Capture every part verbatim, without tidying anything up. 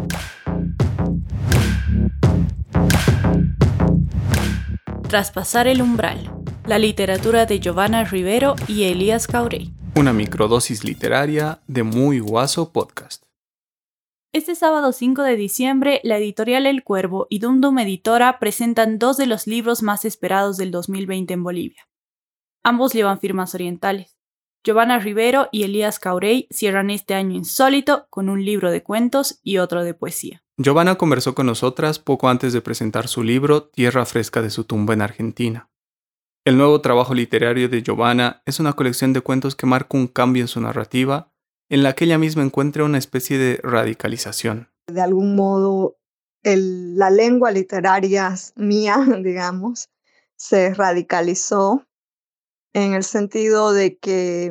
Traspasar el umbral. La literatura de Giovanna Rivero y Elías Caurey. Una microdosis literaria de Muy Guaso Podcast. Este sábado cinco de diciembre, la editorial El Cuervo y Dum Dum Editora presentan dos de los libros más esperados del dos mil veinte en Bolivia. Ambos llevan firmas orientales. Giovanna Rivero y Elías Caurey cierran este año insólito con un libro de cuentos y otro de poesía. Giovanna conversó con nosotras poco antes de presentar su libro Tierra Fresca de su tumba en Argentina. El nuevo trabajo literario de Giovanna es una colección de cuentos que marca un cambio en su narrativa, en la que ella misma encuentra una especie de radicalización. De algún modo, el, la lengua literaria mía, digamos, se radicalizó en el sentido de que,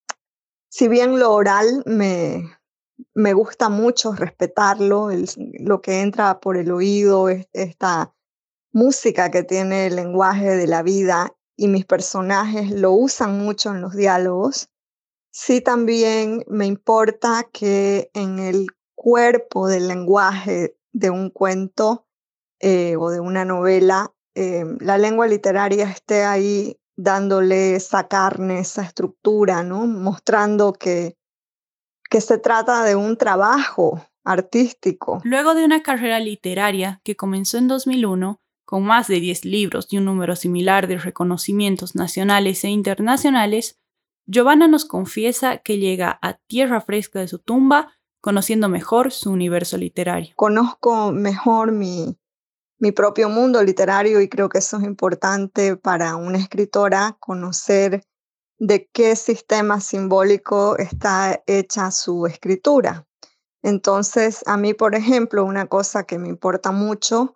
si bien lo oral me, me gusta mucho respetarlo, el, lo que entra por el oído, es, esta música que tiene el lenguaje de la vida y mis personajes lo usan mucho en los diálogos, sí también me importa que en el cuerpo del lenguaje de un cuento eh, o de una novela, eh, la lengua literaria esté ahí dándole esa carne, esa estructura, ¿no? Mostrando que, que se trata de un trabajo artístico. Luego de una carrera literaria que comenzó en dos mil uno, con más de diez libros y un número similar de reconocimientos nacionales e internacionales, Giovanna nos confiesa que llega a Tierra Fresca de su tumba conociendo mejor su universo literario. Conozco mejor mi, mi propio mundo literario y creo que eso es importante para una escritora, conocer de qué sistema simbólico está hecha su escritura. Entonces, a mí, por ejemplo, una cosa que me importa mucho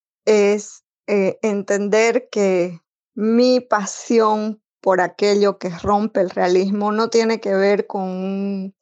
es eh, entender que mi pasión por aquello que rompe el realismo no tiene que ver con un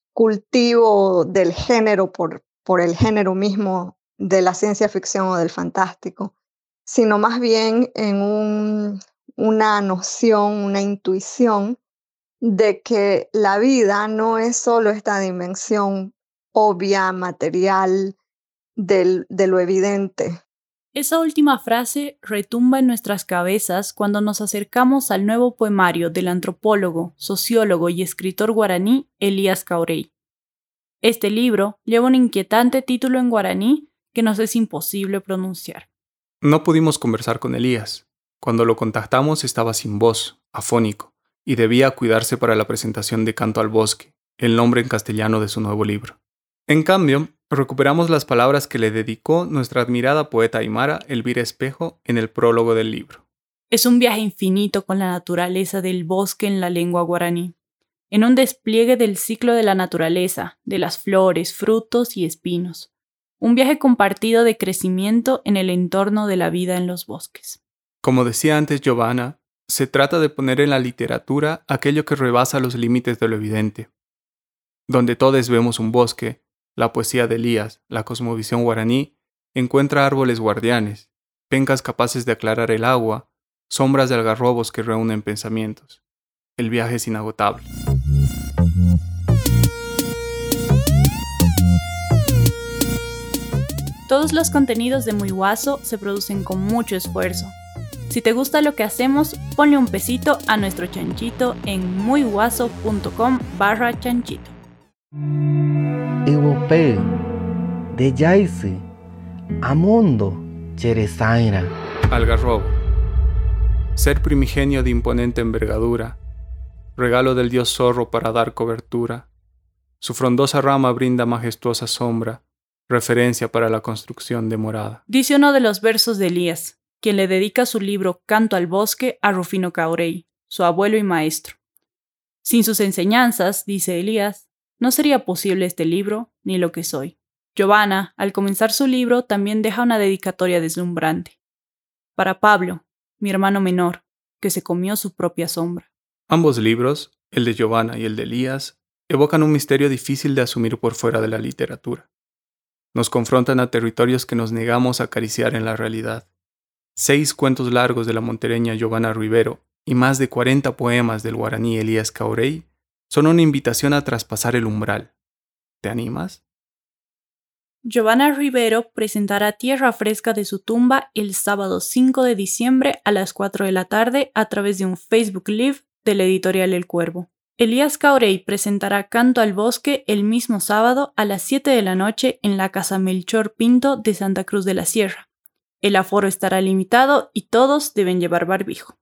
cultivo del género por, por el género mismo de la ciencia ficción o del fantástico, sino más bien en un, una noción, una intuición de que la vida no es solo esta dimensión obvia, material, del, de lo evidente. Esa última frase retumba en nuestras cabezas cuando nos acercamos al nuevo poemario del antropólogo, sociólogo y escritor guaraní Elías Caurey. Este libro lleva un inquietante título en guaraní que nos es imposible pronunciar. No pudimos conversar con Elías. Cuando lo contactamos estaba sin voz, afónico, y debía cuidarse para la presentación de Canto al Bosque, el nombre en castellano de su nuevo libro. En cambio, recuperamos las palabras que le dedicó nuestra admirada poeta aymara Elvira Espejo en el prólogo del libro. Es un viaje infinito con la naturaleza del bosque en la lengua guaraní, en un despliegue del ciclo de la naturaleza, de las flores, frutos y espinos. Un viaje compartido de crecimiento en el entorno de la vida en los bosques. Como decía antes Giovanna, se trata de poner en la literatura aquello que rebasa los límites de lo evidente. Donde todos vemos un bosque, la poesía de Elías, la cosmovisión guaraní, encuentra árboles guardianes, pencas capaces de aclarar el agua, sombras de algarrobos que reúnen pensamientos. El viaje es inagotable. Todos los contenidos de Muy Guaso se producen con mucho esfuerzo. Si te gusta lo que hacemos, ponle un pesito a nuestro chanchito en muyguaso.com barra chanchito. Iwope, de Yaise, Amundo, Cherezaira. Algarrobo. Ser primigenio de imponente envergadura, regalo del dios zorro para dar cobertura. Su frondosa rama brinda majestuosa sombra, referencia para la construcción de morada. Dice uno de los versos de Elías, quien le dedica su libro Canto al Bosque a Rufino Caurey, su abuelo y maestro. Sin sus enseñanzas, dice Elías, no sería posible este libro ni lo que soy. Giovanna, al comenzar su libro, también deja una dedicatoria deslumbrante. Para Pablo, mi hermano menor, que se comió su propia sombra. Ambos libros, el de Giovanna y el de Elías, evocan un misterio difícil de asumir por fuera de la literatura. Nos confrontan a territorios que nos negamos a acariciar en la realidad. Seis cuentos largos de la montereña Giovanna Rivero y más de cuarenta poemas del guaraní Elías Caurey son una invitación a traspasar el umbral. ¿Te animas? Giovanna Rivero presentará Tierra Fresca de su tumba el sábado cinco de diciembre a las cuatro de la tarde a través de un Facebook Live de la editorial El Cuervo. Elías Caurey presentará Canto al Bosque el mismo sábado a las siete de la noche en la Casa Melchor Pinto de Santa Cruz de la Sierra. El aforo estará limitado y todos deben llevar barbijo.